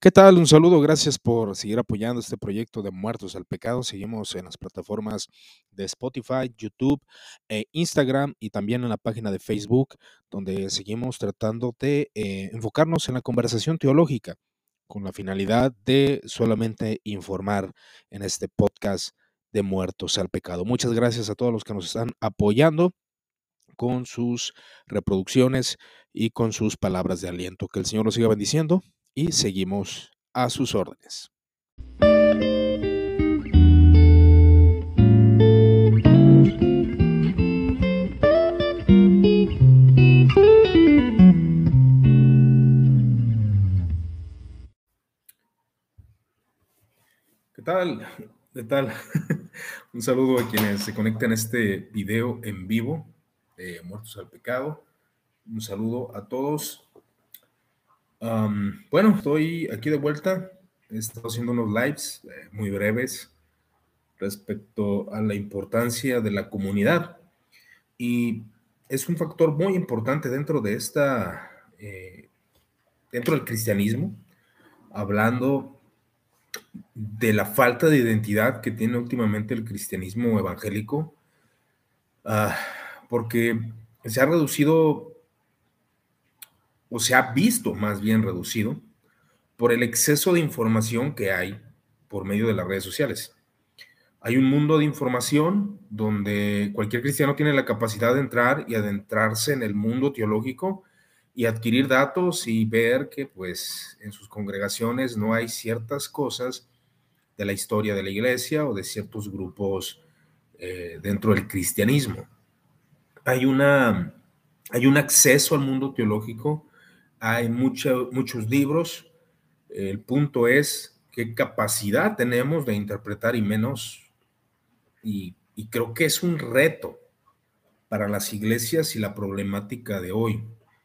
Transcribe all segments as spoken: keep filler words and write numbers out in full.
¿Qué tal? Un saludo, gracias por seguir apoyando este proyecto de Muertos al Pecado. Seguimos en las plataformas de Spotify, YouTube, e Instagram y también en la página de Facebook, donde seguimos tratando de eh, enfocarnos en la conversación teológica con la finalidad de solamente informar en este podcast de Muertos al Pecado. Muchas gracias a todos los que nos están apoyando con sus reproducciones y con sus palabras de aliento. Que el Señor los siga bendiciendo y seguimos a sus órdenes. ¿Qué tal? ¿Qué tal? Un saludo a quienes se conectan a este video en vivo de Muertos al Pecado. Un saludo a todos. Um, bueno, estoy aquí de vuelta. He estado haciendo unos lives eh, muy breves respecto a la importancia de la comunidad. Y es un factor muy importante dentro de esta, eh, dentro del cristianismo, hablando de la falta de identidad que tiene últimamente el cristianismo evangélico, uh, porque se ha reducido, o se ha visto más bien reducido, por el exceso de información que hay por medio de las redes sociales. Hay un mundo de información donde cualquier cristiano tiene la capacidad de entrar y adentrarse en el mundo teológico y adquirir datos y ver que pues en sus congregaciones no hay ciertas cosas de la historia de la iglesia o de ciertos grupos eh, dentro del cristianismo. Hay, una, hay un acceso al mundo teológico, hay mucho, muchos libros. El punto es qué capacidad tenemos de interpretar y menos. Y, y creo que es un reto para las iglesias y la problemática de hoy.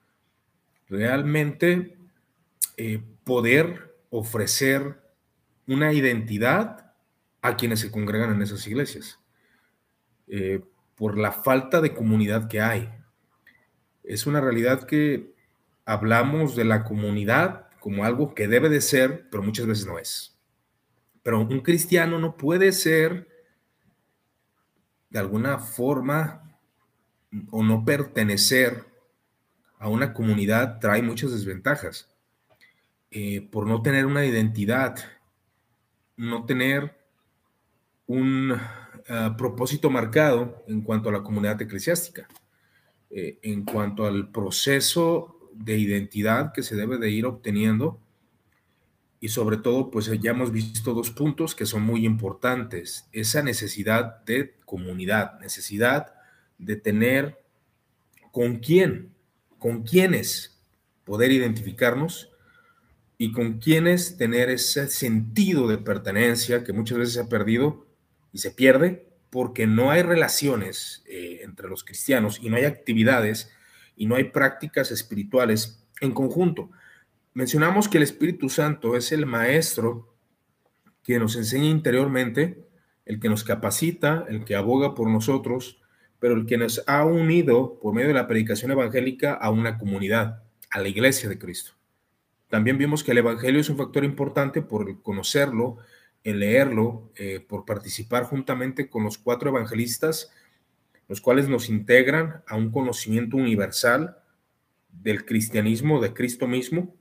Realmente eh, poder ofrecer una identidad a quienes se congregan en esas iglesias, eh, por la falta de comunidad que hay. Es una realidad que hablamos de la comunidad como algo que debe de ser, pero muchas veces no es. Pero un cristiano no puede ser de alguna forma o no pertenecer a una comunidad trae muchas desventajas. Eh, por no tener una identidad, no tener un uh, propósito marcado en cuanto a la comunidad eclesiástica, eh, en cuanto al proceso de identidad que se debe de ir obteniendo. Y sobre todo, pues ya hemos visto dos puntos que son muy importantes. Esa necesidad de comunidad, necesidad de tener con quién, con quiénes poder identificarnos y con quiénes tener ese sentido de pertenencia que muchas veces se ha perdido y se pierde porque no hay relaciones eh, entre los cristianos y no hay actividades y no hay prácticas espirituales en conjunto. Mencionamos que el Espíritu Santo es el maestro que nos enseña interiormente, el que nos capacita, el que aboga por nosotros, pero el que nos ha unido por medio de la predicación evangélica a una comunidad, a la iglesia de Cristo. También vimos que el evangelio es un factor importante por conocerlo, el leerlo, eh, por participar juntamente con los cuatro evangelistas, los cuales nos integran a un conocimiento universal del cristianismo, de Cristo mismo,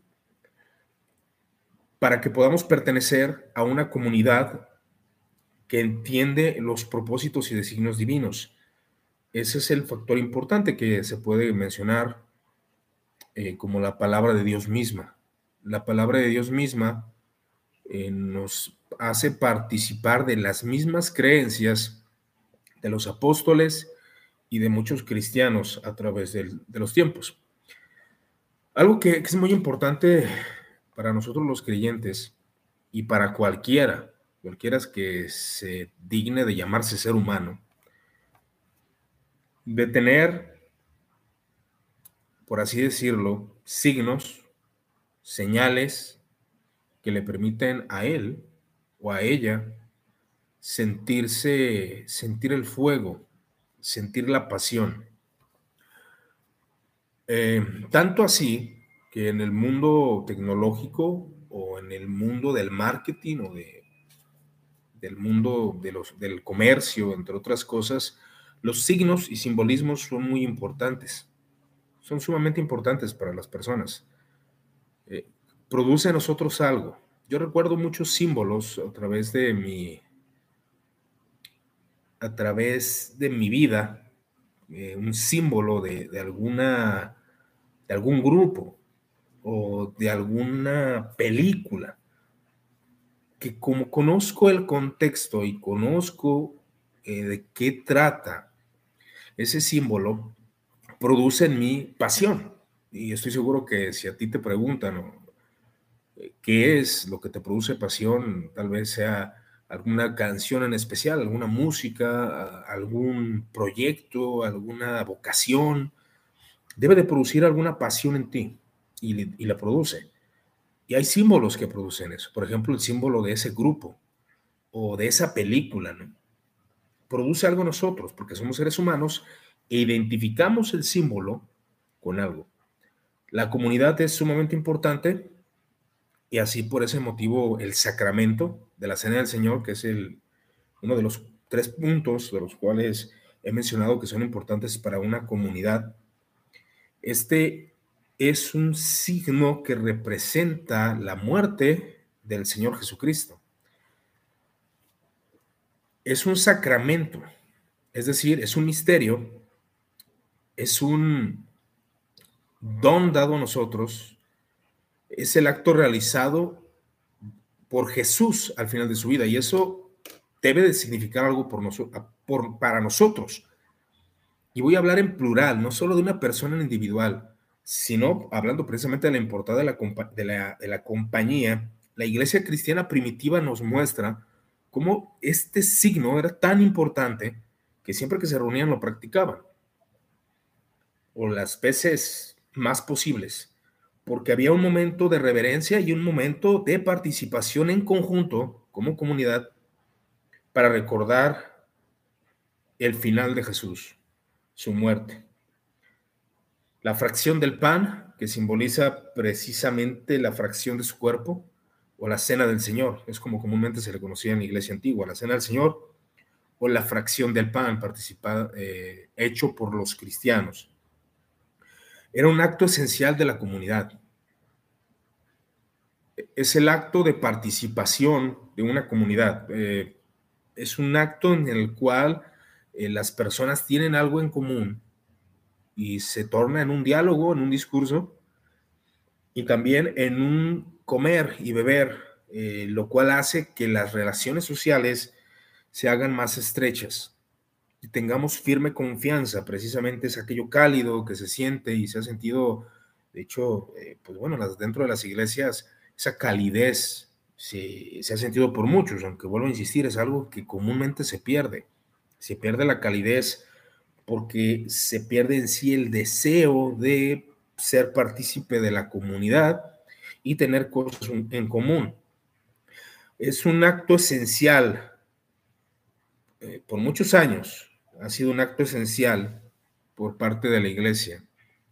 para que podamos pertenecer a una comunidad que entiende los propósitos y designios divinos. Ese es el factor importante que se puede mencionar eh, como la palabra de Dios misma. La palabra de Dios misma eh, nos hace participar de las mismas creencias de los apóstoles y de muchos cristianos a través del, de los tiempos. Algo que, que es muy importante para nosotros los creyentes y para cualquiera, cualquiera que se digne de llamarse ser humano, de tener, por así decirlo, signos, señales que le permiten a él o a ella sentirse, sentir el fuego, sentir la pasión. Eh, tanto así que en el mundo tecnológico o en el mundo del marketing o de, del mundo de los, del comercio, entre otras cosas, los signos y simbolismos son muy importantes, son sumamente importantes para las personas. Eh, produce en nosotros algo. Yo recuerdo muchos símbolos a través de mi, a través de mi vida, eh, un símbolo de, de, alguna, de algún grupo o de alguna película, que como conozco el contexto y conozco eh, de qué trata ese símbolo, produce en mí pasión. Y estoy seguro que si a ti te preguntan, ¿no?, qué es lo que te produce pasión, tal vez sea alguna canción en especial, alguna música, algún proyecto, alguna vocación, debe de producir alguna pasión en ti y, y la produce. Y hay símbolos que producen eso. Por ejemplo, el símbolo de ese grupo o de esa película, ¿no?, produce algo en nosotros porque somos seres humanos e identificamos el símbolo con algo. La comunidad es sumamente importante y así por ese motivo el sacramento de la Cena del Señor, que es el, uno de los tres puntos de los cuales he mencionado que son importantes para una comunidad, este es un signo que representa la muerte del Señor Jesucristo. Es un sacramento, es decir, es un misterio, es un don dado a nosotros, es el acto realizado por Jesús al final de su vida, y eso debe de significar algo por nosotros, por, para nosotros. Y voy a hablar en plural, no solo de una persona individual, sino hablando precisamente de la importancia de la, de la, de la compañía. La iglesia cristiana primitiva nos muestra cómo este signo era tan importante que siempre que se reunían lo practicaban, o las veces más posibles, porque había un momento de reverencia y un momento de participación en conjunto como comunidad para recordar el final de Jesús, su muerte. La fracción del pan, que simboliza precisamente la fracción de su cuerpo, o la cena del Señor, es como comúnmente se le conocía en la iglesia antigua, la cena del Señor, o la fracción del pan, participada, eh, hecho por los cristianos. Era un acto esencial de la comunidad. Es el acto de participación de una comunidad. Eh, es un acto en el cual eh, las personas tienen algo en común y se torna en un diálogo, en un discurso, y también en un comer y beber, eh, lo cual hace que las relaciones sociales se hagan más estrechas y tengamos firme confianza. Precisamente es aquello cálido que se siente y se ha sentido, de hecho, eh, pues bueno, las, dentro de las iglesias, esa calidez se, se ha sentido por muchos, aunque vuelvo a insistir, es algo que comúnmente se pierde. Se pierde la calidez porque se pierde en sí el deseo de ser partícipe de la comunidad y tener cosas en común. Es un acto esencial. Eh, por muchos años ha sido un acto esencial por parte de la iglesia,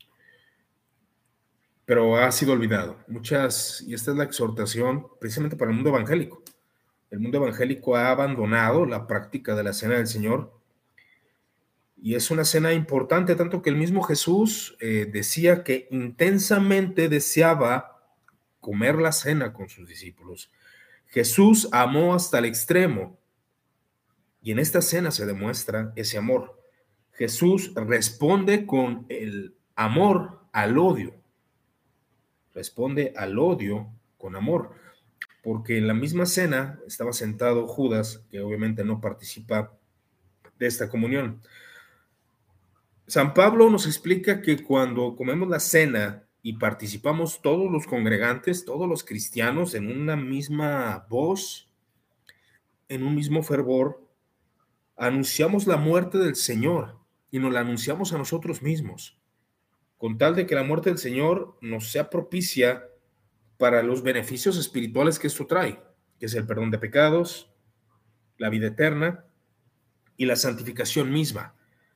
pero ha sido olvidado. Muchas, y esta es la exhortación precisamente para el mundo evangélico. El mundo evangélico ha abandonado la práctica de la cena del Señor, y es una cena importante, tanto que el mismo Jesús eh, decía que intensamente deseaba comer la cena con sus discípulos. Jesús amó hasta el extremo, y en esta cena se demuestra ese amor. Jesús responde con el amor al odio. Responde al odio con amor, porque en la misma cena estaba sentado Judas, que obviamente no participa de esta comunión. San Pablo nos explica que cuando comemos la cena y participamos todos los congregantes, todos los cristianos, en una misma voz, en un mismo fervor, anunciamos la muerte del Señor y nos la anunciamos a nosotros mismos, con tal de que la muerte del Señor nos sea propicia para los beneficios espirituales que esto trae, que es el perdón de pecados, la vida eterna y la santificación misma.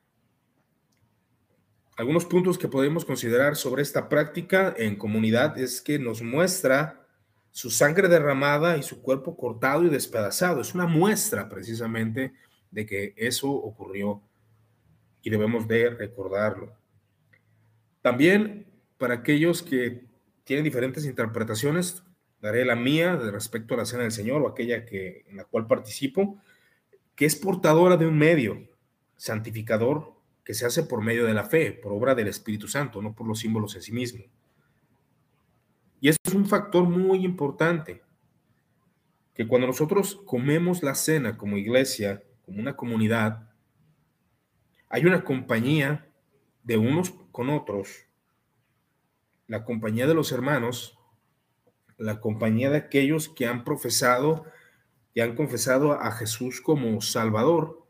Algunos puntos que podemos considerar sobre esta práctica en comunidad es que nos muestra su sangre derramada y su cuerpo cortado y despedazado. Es una muestra precisamente de que eso ocurrió y debemos de recordarlo. También para aquellos que tienen diferentes interpretaciones, daré la mía de respecto a la Cena del Señor o aquella que, en la cual participo, que es portadora de un medio santificador que se hace por medio de la fe, por obra del Espíritu Santo, no por los símbolos en sí mismos. Y eso es un factor muy importante, que cuando nosotros comemos la cena como iglesia, como una comunidad, hay una compañía de unos con otros, la compañía de los hermanos, la compañía de aquellos que han profesado y han confesado a Jesús como Salvador,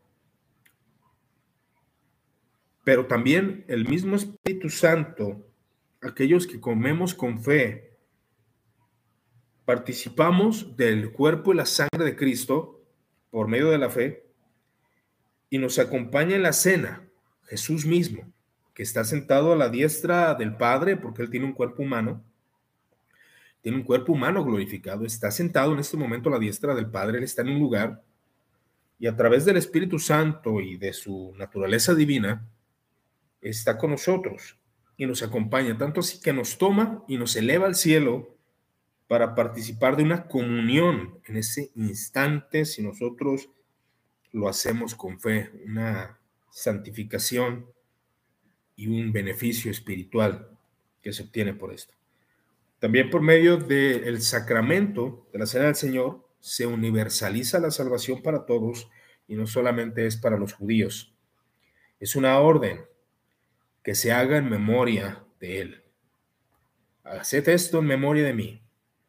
pero también el mismo Espíritu Santo, aquellos que comemos con fe, participamos del cuerpo y la sangre de Cristo por medio de la fe y nos acompaña en la cena Jesús mismo, que está sentado a la diestra del Padre porque Él tiene un cuerpo humano, tiene un cuerpo humano glorificado, está sentado en este momento a la diestra del Padre, Él está en un lugar y a través del Espíritu Santo y de su naturaleza divina, está con nosotros y nos acompaña, tanto así que nos toma y nos eleva al cielo para participar de una comunión en ese instante si nosotros lo hacemos con fe, una santificación y un beneficio espiritual que se obtiene por esto. También por medio del sacramento de la Cena del Señor se universaliza la salvación para todos y no solamente es para los judíos. Es una orden que se haga en memoria de Él. Haced esto en memoria de mí.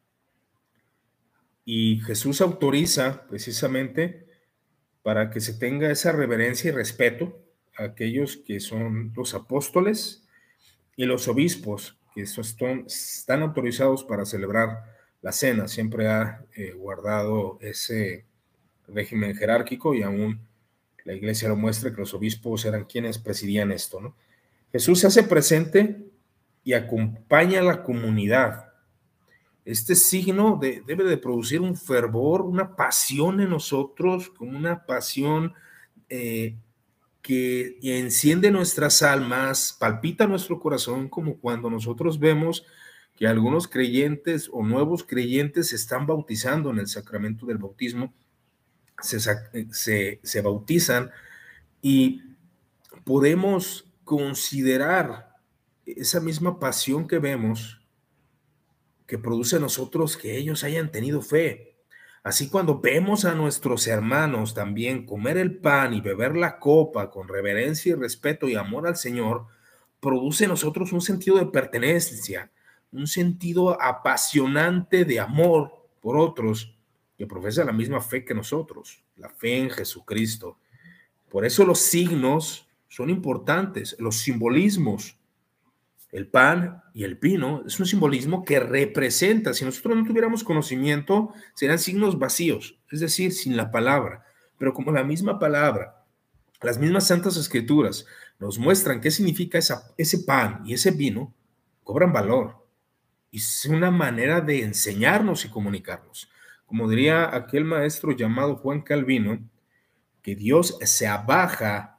Y Jesús autoriza precisamente para que se tenga esa reverencia y respeto a aquellos que son los apóstoles y los obispos, que están, están autorizados para celebrar la cena. Siempre ha eh, guardado ese régimen jerárquico y aún la iglesia lo muestra que los obispos eran quienes presidían esto, ¿no? Jesús se hace presente y acompaña a la comunidad. Este signo de, debe de producir un fervor, una pasión en nosotros, como una pasión eh, que enciende nuestras almas, palpita nuestro corazón, como cuando nosotros vemos que algunos creyentes o nuevos creyentes se están bautizando en el sacramento del bautismo, se, se, se bautizan y podemos considerar esa misma pasión que vemos que produce en nosotros que ellos hayan tenido fe. Así cuando vemos a nuestros hermanos también comer el pan y beber la copa con reverencia y respeto y amor al Señor, produce en nosotros un sentido de pertenencia, un sentido apasionante de amor por otros que profesan la misma fe que nosotros, la fe en Jesucristo. Por eso los signos son importantes, los simbolismos. El pan y el vino es un simbolismo que representa, si nosotros no tuviéramos conocimiento, serían signos vacíos, es decir, sin la palabra. Pero como la misma palabra, las mismas santas escrituras nos muestran qué significa esa, ese pan y ese vino, cobran valor. Y es una manera de enseñarnos y comunicarnos. Como diría aquel maestro llamado Juan Calvino, que Dios se abaja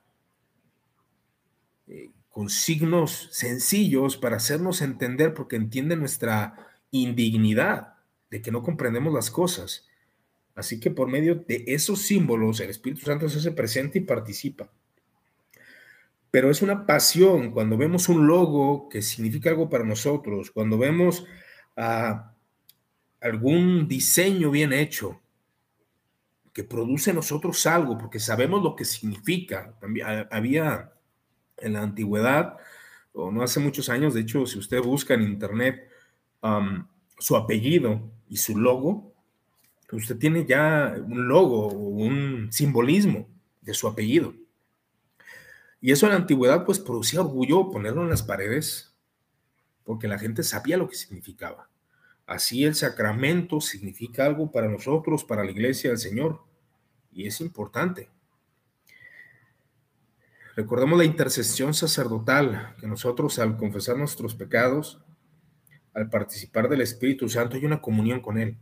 eh, con signos sencillos para hacernos entender, porque entiende nuestra indignidad de que no comprendemos las cosas. Así que por medio de esos símbolos, el Espíritu Santo se hace presente y participa. Pero es una pasión cuando vemos un logo que significa algo para nosotros, cuando vemos uh, algún diseño bien hecho que produce en nosotros algo, porque sabemos lo que significa. También había en la antigüedad, o no hace muchos años, de hecho, si usted busca en internet um, su apellido y su logo, usted tiene ya un logo o un simbolismo de su apellido. Y eso en la antigüedad pues producía orgullo ponerlo en las paredes, porque la gente sabía lo que significaba. Así el sacramento significa algo para nosotros, para la iglesia del Señor, y es importante. Recordemos la intercesión sacerdotal, que nosotros al confesar nuestros pecados, al participar del Espíritu Santo hay una comunión con Él.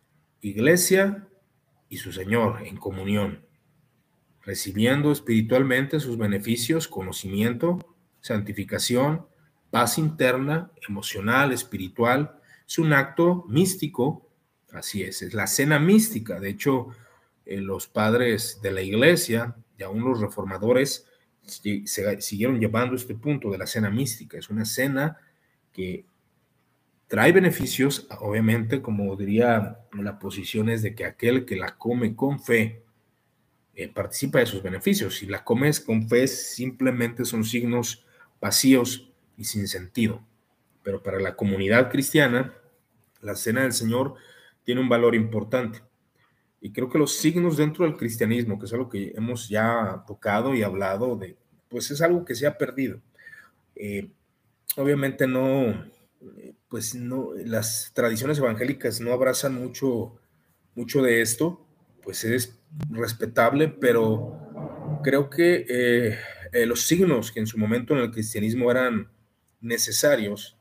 Iglesia y su Señor en comunión, recibiendo espiritualmente sus beneficios, conocimiento, santificación, paz interna, emocional, espiritual. Es un acto místico, así es, es la cena mística. De hecho, eh, los padres de la Iglesia y aún los reformadores se, se, siguieron llevando este punto de la cena mística. Es una cena que trae beneficios, obviamente, como diría la posición es de que aquel que la come con fe eh, participa de sus beneficios. Si la comes con fe, simplemente son signos vacíos y sin sentido. Pero para la comunidad cristiana, la cena del Señor tiene un valor importante. Y creo que los signos dentro del cristianismo, que es algo que hemos ya tocado y hablado de, pues es algo que se ha perdido. Eh, obviamente no, pues no, las tradiciones evangélicas no abrazan mucho, mucho de esto, pues es respetable, pero creo que eh, eh, los signos que en su momento en el cristianismo eran necesarios,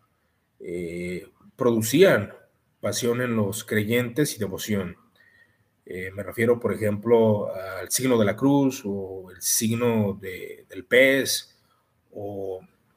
eh, producían pasión en los creyentes y devoción. Eh, me refiero, por ejemplo, al signo de la cruz o el signo de, del pez o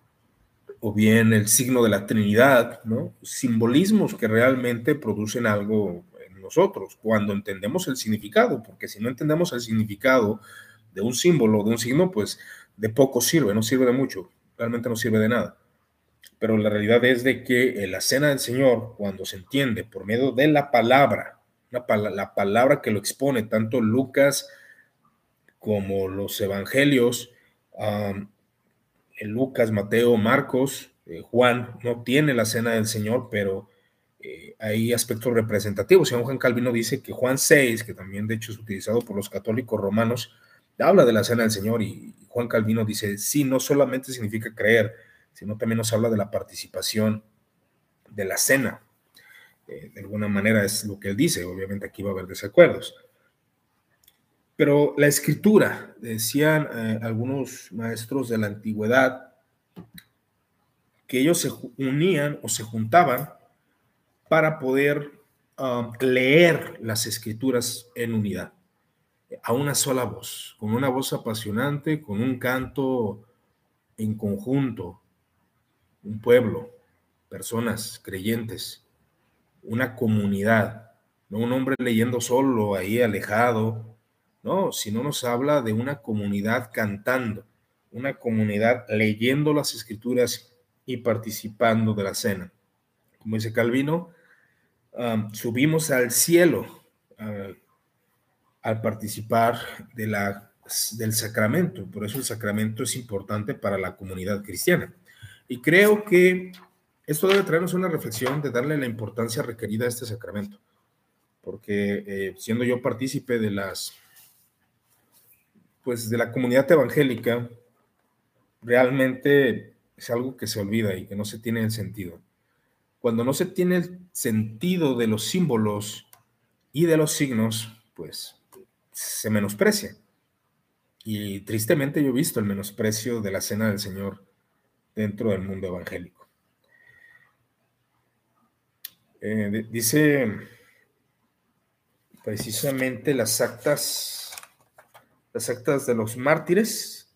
o bien el signo de la Trinidad, ¿no? Simbolismos que realmente producen algo en nosotros cuando entendemos el significado, porque si no entendemos el significado de un símbolo, de un signo, pues de poco sirve, no sirve de mucho, realmente no sirve de nada. Pero la realidad es de que la cena del Señor, cuando se entiende por medio de la palabra, la, la palabra que lo expone tanto Lucas como los evangelios, um, en Lucas, Mateo, Marcos, eh, Juan no tiene la cena del Señor, pero eh, hay aspectos representativos. Y Juan Calvino dice que Juan seis, que también de hecho es utilizado por los católicos romanos, habla de la cena del Señor, y Juan Calvino dice, sí, no solamente significa creer, sino también nos habla de la participación de la cena. Eh, de alguna manera es lo que él dice, obviamente aquí va a haber desacuerdos. Pero la escritura, decían eh, algunos maestros de la antigüedad, que ellos se unían o se juntaban para poder um, leer las escrituras en unidad, a una sola voz, con una voz apasionante, con un canto en conjunto, un pueblo, personas creyentes, una comunidad, no un hombre leyendo solo ahí alejado, no, sino nos habla de una comunidad cantando, una comunidad leyendo las escrituras y participando de la cena. Como dice Calvino, um, subimos al cielo uh, al participar de la, del sacramento. Por eso el sacramento es importante para la comunidad cristiana. Y creo que esto debe traernos una reflexión de darle la importancia requerida a este sacramento. Porque eh, siendo yo partícipe de las, pues de la comunidad evangélica, realmente es algo que se olvida y que no se tiene el sentido. Cuando no se tiene el sentido de los símbolos y de los signos, pues se menosprecia. Y tristemente yo he visto el menosprecio de la cena del Señor dentro del mundo evangélico. Eh, dice precisamente las actas, las actas de los mártires.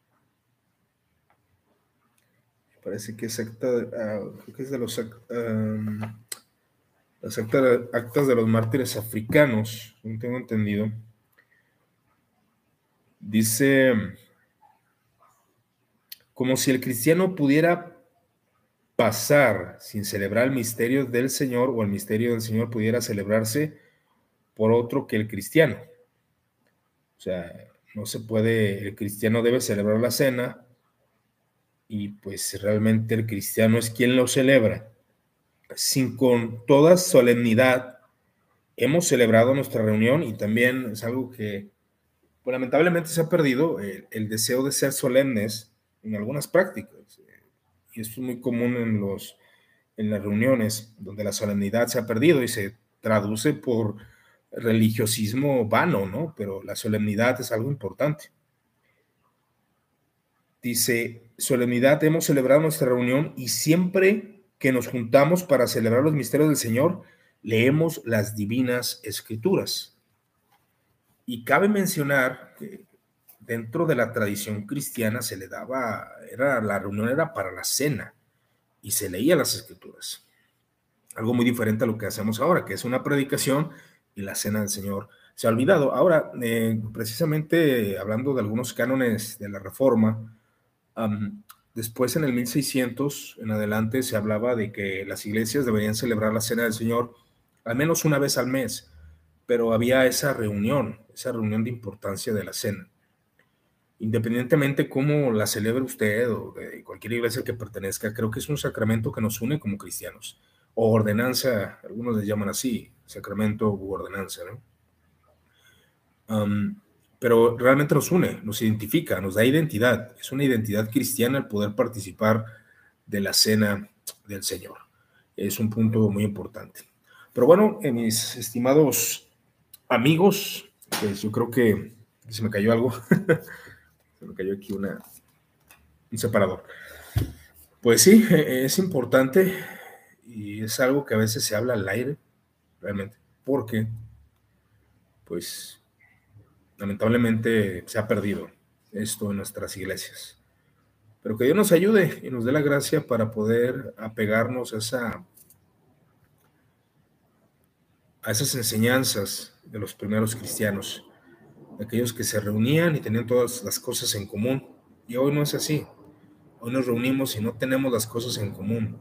Parece que es acta, uh, creo que es de los um, las acta, actas de los mártires africanos, no tengo entendido. Dice, como si el cristiano pudiera pasar sin celebrar el misterio del Señor, o el misterio del Señor pudiera celebrarse por otro que el cristiano. O sea, no se puede, el cristiano debe celebrar la cena, y pues realmente el cristiano es quien lo celebra. Sin con toda solemnidad hemos celebrado nuestra reunión, y también es algo que pues, lamentablemente se ha perdido, el, el deseo de ser solemnes en algunas prácticas, y esto es muy común en, los, en las reuniones donde la solemnidad se ha perdido y se traduce por religiosismo vano, ¿no? Pero la solemnidad es algo importante. Dice, solemnidad, hemos celebrado nuestra reunión y siempre que nos juntamos para celebrar los misterios del Señor, leemos las divinas escrituras. Y cabe mencionar que dentro de la tradición cristiana se le daba, era, la reunión era para la cena y se leía las escrituras. Algo muy diferente a lo que hacemos ahora, que es una predicación y la cena del Señor se ha olvidado. Ahora, eh, precisamente hablando de algunos cánones de la Reforma, um, después en el mil seiscientos en adelante se hablaba de que las iglesias deberían celebrar la cena del Señor al menos una vez al mes, pero había esa reunión, esa reunión de importancia de la cena. Independientemente cómo la celebre usted o de cualquier iglesia que pertenezca, creo que es un sacramento que nos une como cristianos. O ordenanza, algunos les llaman así, sacramento u ordenanza, ¿no? Um, pero realmente nos une, nos identifica, nos da identidad. Es una identidad cristiana el poder participar de la cena del Señor. Es un punto muy importante. Pero bueno, eh, mis estimados amigos, pues yo creo que se me cayó algo. Se me cayó aquí una, un separador. Pues sí, es importante y es algo que a veces se habla al aire, realmente, porque, pues, lamentablemente se ha perdido esto en nuestras iglesias. Pero que Dios nos ayude y nos dé la gracia para poder apegarnos a, esa, a esas enseñanzas de los primeros cristianos, de aquellos que se reunían y tenían todas las cosas en común. Y hoy no es así. Hoy nos reunimos y no tenemos las cosas en común.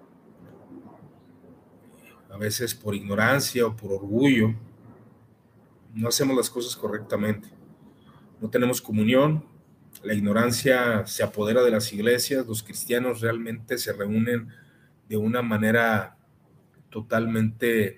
A veces por ignorancia o por orgullo, no hacemos las cosas correctamente. No tenemos comunión, la ignorancia se apodera de las iglesias, los cristianos realmente se reúnen de una manera totalmente,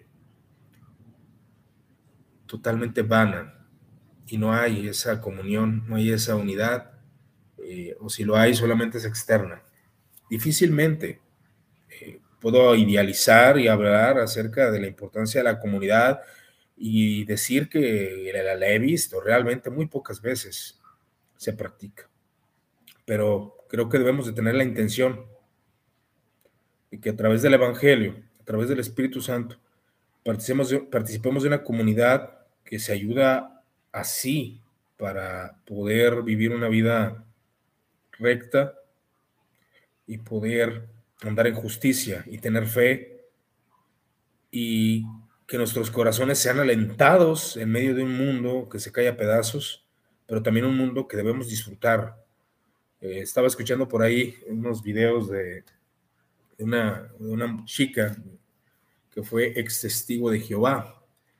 totalmente vana y no hay esa comunión, no hay esa unidad, eh, o si lo hay solamente es externa. Difícilmente eh, puedo idealizar y hablar acerca de la importancia de la comunidad y decir que la, la he visto realmente muy pocas veces se practica, pero creo que debemos de tener la intención de que a través del Evangelio, a través del Espíritu Santo, participemos de, participemos de una comunidad que se ayuda así para poder vivir una vida recta y poder andar en justicia y tener fe y que nuestros corazones sean alentados en medio de un mundo que se cae a pedazos, pero también un mundo que debemos disfrutar. Eh, estaba escuchando por ahí unos videos de, de, una, de una chica que fue ex testigo de Jehová.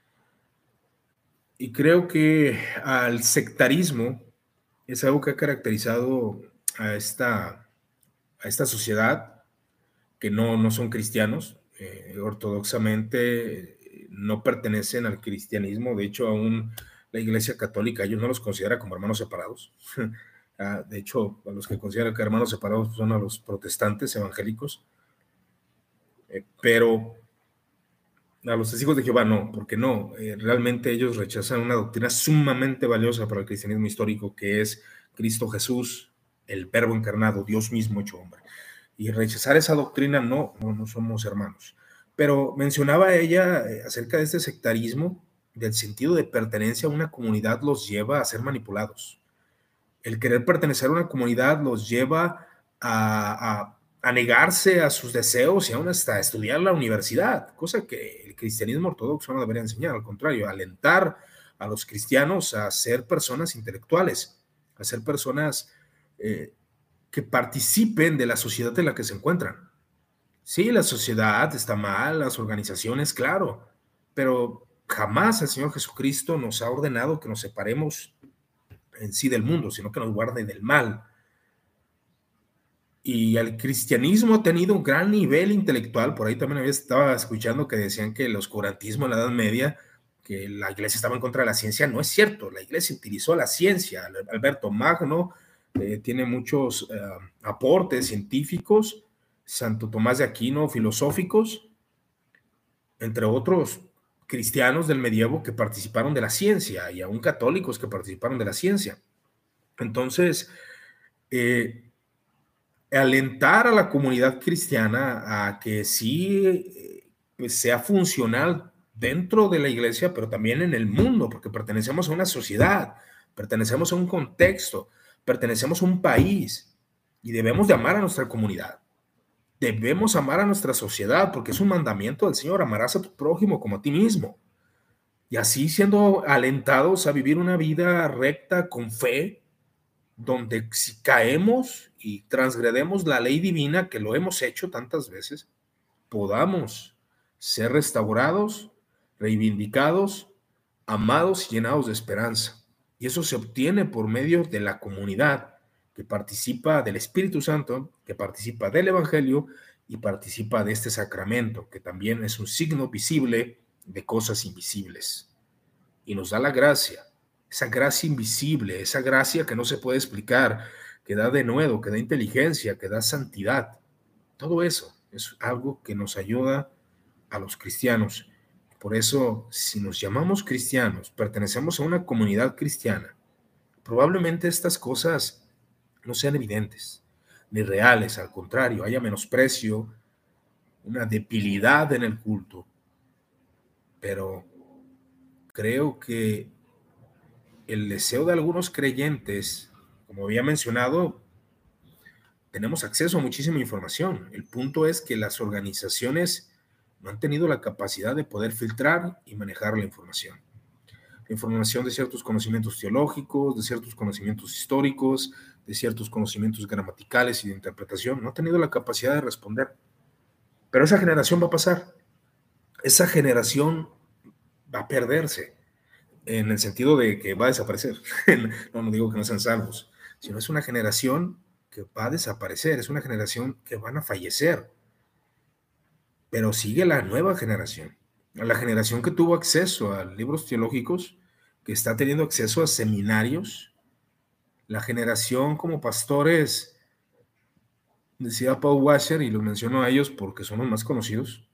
Y creo que al sectarismo es algo que ha caracterizado a esta, a esta sociedad, que no, no son cristianos, eh, ortodoxamente eh, no pertenecen al cristianismo. De hecho, aún la Iglesia Católica, ellos no los considera como hermanos separados. Ah, de hecho, a los que consideran que hermanos separados son a los protestantes evangélicos, eh, pero a los testigos de Jehová no, porque no, eh, realmente ellos rechazan una doctrina sumamente valiosa para el cristianismo histórico, que es Cristo Jesús, el Verbo encarnado, Dios mismo hecho hombre. Y rechazar esa doctrina, no, no, no somos hermanos. Pero mencionaba ella eh, acerca de este sectarismo, del sentido de pertenencia a una comunidad los lleva a ser manipulados. El querer pertenecer a una comunidad los lleva a, a, a negarse a sus deseos y aún hasta estudiar la universidad, cosa que el cristianismo ortodoxo no debería enseñar, al contrario, alentar a los cristianos a ser personas intelectuales, a ser personas eh, que participen de la sociedad en la que se encuentran. Sí, la sociedad está mal, las organizaciones, claro, pero jamás el Señor Jesucristo nos ha ordenado que nos separemos en sí del mundo, sino que nos guarde del mal. Y el cristianismo ha tenido un gran nivel intelectual. Por ahí también había, estaba escuchando que decían que el oscurantismo en la Edad Media, que la iglesia estaba en contra de la ciencia. No es cierto, la iglesia utilizó la ciencia. Alberto Magno eh, tiene muchos eh, aportes científicos, Santo Tomás de Aquino, filosóficos, entre otros cristianos del medievo que participaron de la ciencia y aún católicos que participaron de la ciencia. Entonces, eh, alentar a la comunidad cristiana a que sí pues, sea funcional dentro de la iglesia, pero también en el mundo, porque pertenecemos a una sociedad, pertenecemos a un contexto, pertenecemos a un país y debemos de amar a nuestra comunidad. Debemos amar a nuestra sociedad porque es un mandamiento del Señor, amarás a tu prójimo como a ti mismo. Y así siendo alentados a vivir una vida recta con fe, donde si caemos y transgredemos la ley divina, que lo hemos hecho tantas veces, podamos ser restaurados, reivindicados, amados y llenados de esperanza. Y eso se obtiene por medio de la comunidad que participa del Espíritu Santo, que participa del Evangelio y participa de este sacramento, que también es un signo visible de cosas invisibles. Y nos da la gracia, esa gracia invisible, esa gracia que no se puede explicar, que da denuedo, que da inteligencia, que da santidad. Todo eso es algo que nos ayuda a los cristianos. Por eso, si nos llamamos cristianos, pertenecemos a una comunidad cristiana, probablemente estas cosas no sean evidentes ni reales, al contrario, haya menosprecio, una debilidad en el culto, pero creo que el deseo de algunos creyentes, como había mencionado, tenemos acceso a muchísima información. El punto es que las organizaciones no han tenido la capacidad de poder filtrar y manejar la información. La información de ciertos conocimientos teológicos, de ciertos conocimientos históricos, de ciertos conocimientos gramaticales y de interpretación, no ha tenido la capacidad de responder. Pero esa generación va a pasar. Esa generación va a perderse, en el sentido de que va a desaparecer. No, no digo que no sean salvos, sino es una generación que va a desaparecer, es una generación que van a fallecer. Pero sigue la nueva generación, la generación que tuvo acceso a libros teológicos, que está teniendo acceso a seminarios, la generación como pastores, decía Paul Washer, y los menciono a ellos porque son los más conocidos,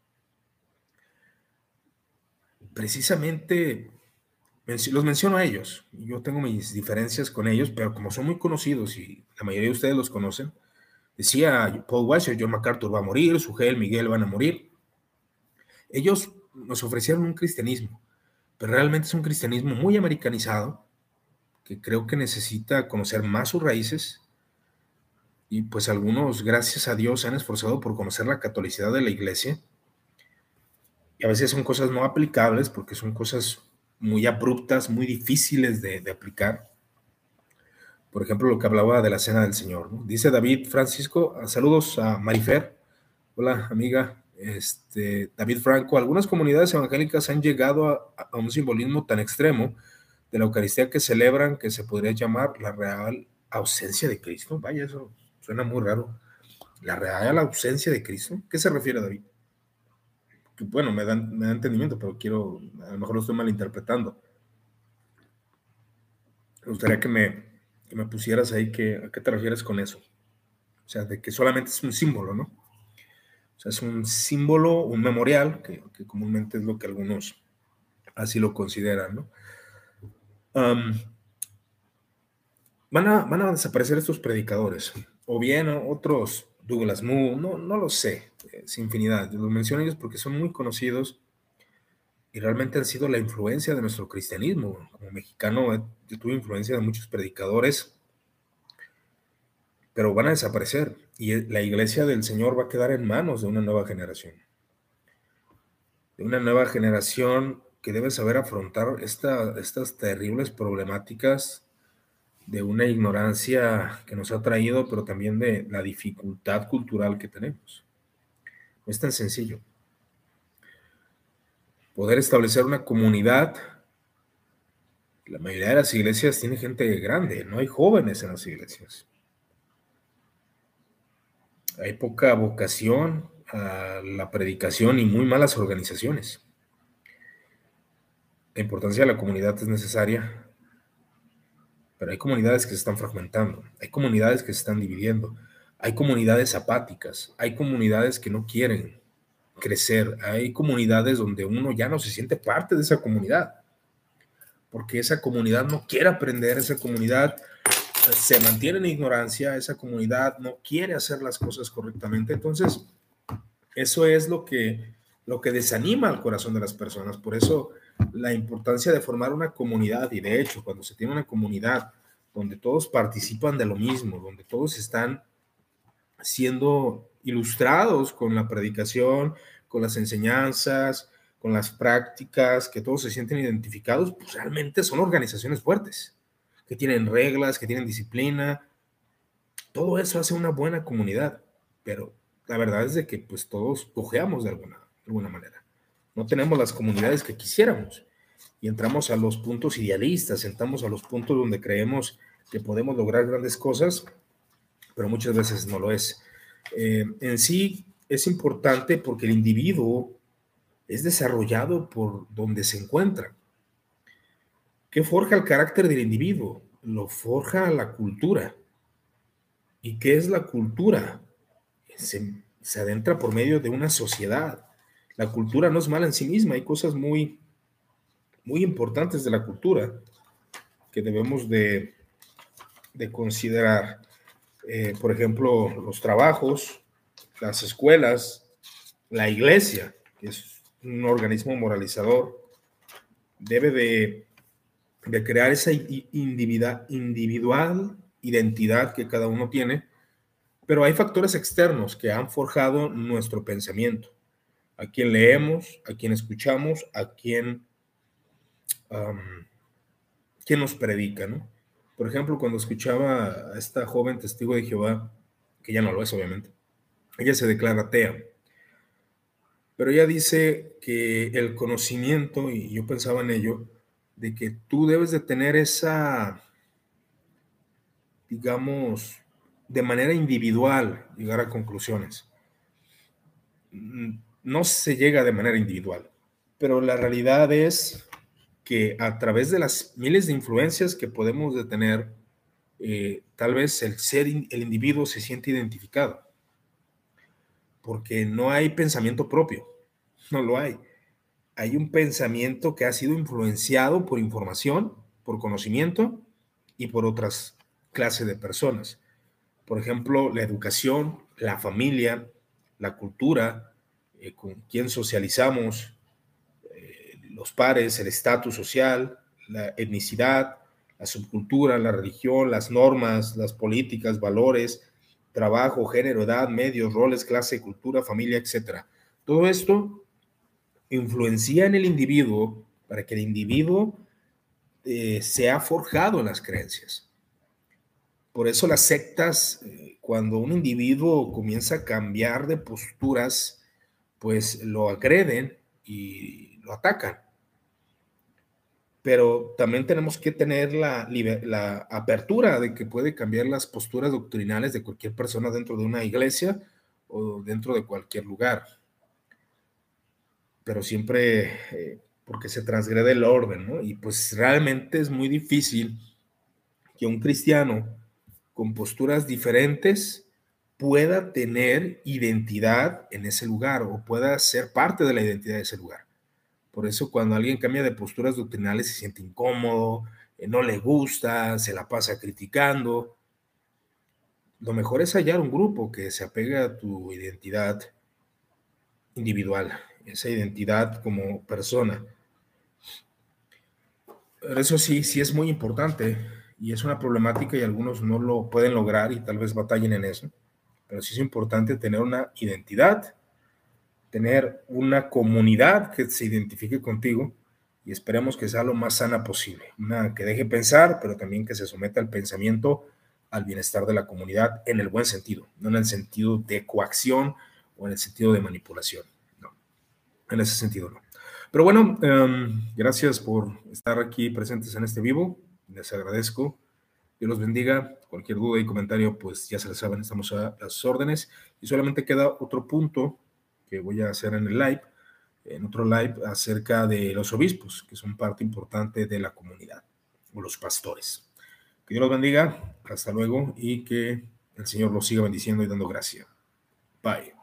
precisamente los menciono a ellos. Yo tengo mis diferencias con ellos, pero como son muy conocidos y la mayoría de ustedes los conocen, decía Paul Washer, John MacArthur va a morir, Sugel, Miguel van a morir. Ellos nos ofrecieron un cristianismo, pero realmente es un cristianismo muy americanizado, que creo que necesita conocer más sus raíces, y pues algunos, gracias a Dios, se han esforzado por conocer la catolicidad de la iglesia, y a veces son cosas no aplicables, porque son cosas muy abruptas, muy difíciles de, de aplicar. Por ejemplo, lo que hablaba de la Cena del Señor, ¿no? Dice David Francisco, saludos a Marifer, hola amiga, este, David Franco, algunas comunidades evangélicas han llegado a, a un simbolismo tan extremo de la Eucaristía que celebran que se podría llamar la real ausencia de Cristo. Vaya, eso suena muy raro. ¿La real ausencia de Cristo? ¿Qué se refiere, David? Que, bueno, me da, me da entendimiento, pero quiero, a lo mejor lo estoy malinterpretando. Me gustaría que me, que me pusieras ahí que, a qué te refieres con eso. O sea, de que solamente es un símbolo, ¿no? O sea, es un símbolo, un memorial, que, que comúnmente es lo que algunos así lo consideran, ¿no? Um, van, a, van a desaparecer estos predicadores, o bien otros, Douglas Moo, no, no lo sé, es infinidad. Los menciono ellos porque son muy conocidos y realmente han sido la influencia de nuestro cristianismo. Como mexicano, yo tuve influencia de muchos predicadores, pero van a desaparecer y la iglesia del Señor va a quedar en manos de una nueva generación. De una nueva generación que debe saber afrontar esta, estas terribles problemáticas de una ignorancia que nos ha traído, pero también de la dificultad cultural que tenemos. No es tan sencillo. Poder establecer una comunidad. La mayoría de las iglesias tiene gente grande, no hay jóvenes en las iglesias. Hay poca vocación a la predicación y muy malas organizaciones. La importancia de la comunidad es necesaria, pero hay comunidades que se están fragmentando, hay comunidades que se están dividiendo, hay comunidades apáticas, hay comunidades que no quieren crecer, hay comunidades donde uno ya no se siente parte de esa comunidad, porque esa comunidad no quiere aprender, esa comunidad se mantiene en ignorancia, esa comunidad no quiere hacer las cosas correctamente. Entonces, eso es lo que, lo que desanima al corazón de las personas. Por eso, la importancia de formar una comunidad, y de hecho, cuando se tiene una comunidad donde todos participan de lo mismo, donde todos están siendo ilustrados con la predicación, con las enseñanzas, con las prácticas, que todos se sienten identificados, pues realmente son organizaciones fuertes, que tienen reglas, que tienen disciplina. Todo eso hace una buena comunidad, pero la verdad es de que pues todos cojeamos de alguna, de alguna manera. No tenemos las comunidades que quisiéramos y entramos a los puntos idealistas, entramos a los puntos donde creemos que podemos lograr grandes cosas, pero muchas veces no lo es. Eh, en sí es importante porque el individuo es desarrollado por donde se encuentra. ¿Qué forja el carácter del individuo? Lo forja la cultura. ¿Y qué es la cultura? Se, se adentra por medio de una sociedad. La cultura no es mala en sí misma, hay cosas muy, muy importantes de la cultura que debemos de, de considerar. Eh, por ejemplo, los trabajos, las escuelas, la iglesia, que es un organismo moralizador, debe de, de crear esa individual, individual identidad que cada uno tiene, pero hay factores externos que han forjado nuestro pensamiento. A quién leemos, a quién escuchamos, a quién, um, quién nos predica, ¿no? Por ejemplo, cuando escuchaba a esta joven testigo de Jehová, que ya no lo es, obviamente, ella se declara atea, pero ella dice que el conocimiento, y yo pensaba en ello, de que tú debes de tener esa, digamos, de manera individual, llegar a conclusiones. No se llega de manera individual, pero la realidad es que a través de las miles de influencias que podemos de tener, eh, tal vez el ser, el individuo se siente identificado, porque no hay pensamiento propio, no lo hay. Hay un pensamiento que ha sido influenciado por información, por conocimiento y por otras clases de personas. Por ejemplo, la educación, la familia, la cultura, eh, con quién socializamos, eh, los pares, el estatus social, la etnicidad, la subcultura, la religión, las normas, las políticas, valores, trabajo, género, edad, medios, roles, clase, cultura, familia, etcétera. Todo esto influencia en el individuo para que el individuo eh, sea forjado en las creencias. Por eso las sectas, eh, cuando un individuo comienza a cambiar de posturas, pues lo agreden y lo atacan. Pero también tenemos que tener la, la apertura de que puede cambiar las posturas doctrinales de cualquier persona dentro de una iglesia o dentro de cualquier lugar. Pero siempre eh, porque se transgrede el orden, ¿no? Y pues realmente es muy difícil que un cristiano con posturas diferentes pueda tener identidad en ese lugar o pueda ser parte de la identidad de ese lugar. Por eso cuando alguien cambia de posturas doctrinales se siente incómodo, eh, no le gusta, se la pasa criticando. Lo mejor es hallar un grupo que se apegue a tu identidad individual, esa identidad como persona. Pero eso sí, sí es muy importante y es una problemática y algunos no lo pueden lograr y tal vez batallen en eso. Pero sí es importante tener una identidad, tener una comunidad que se identifique contigo y esperemos que sea lo más sana posible. Una que deje pensar, pero también que se someta al pensamiento, al bienestar de la comunidad en el buen sentido, no en el sentido de coacción o en el sentido de manipulación. No, en ese sentido no. Pero bueno, um, gracias por estar aquí presentes en este vivo. Les agradezco. Dios los bendiga. Cualquier duda y comentario, pues ya se lo saben, estamos a las órdenes. Y solamente queda otro punto que voy a hacer en el live, en otro live acerca de los obispos, que son parte importante de la comunidad, o los pastores. Que Dios los bendiga. Hasta luego y que el Señor los siga bendiciendo y dando gracia. Bye.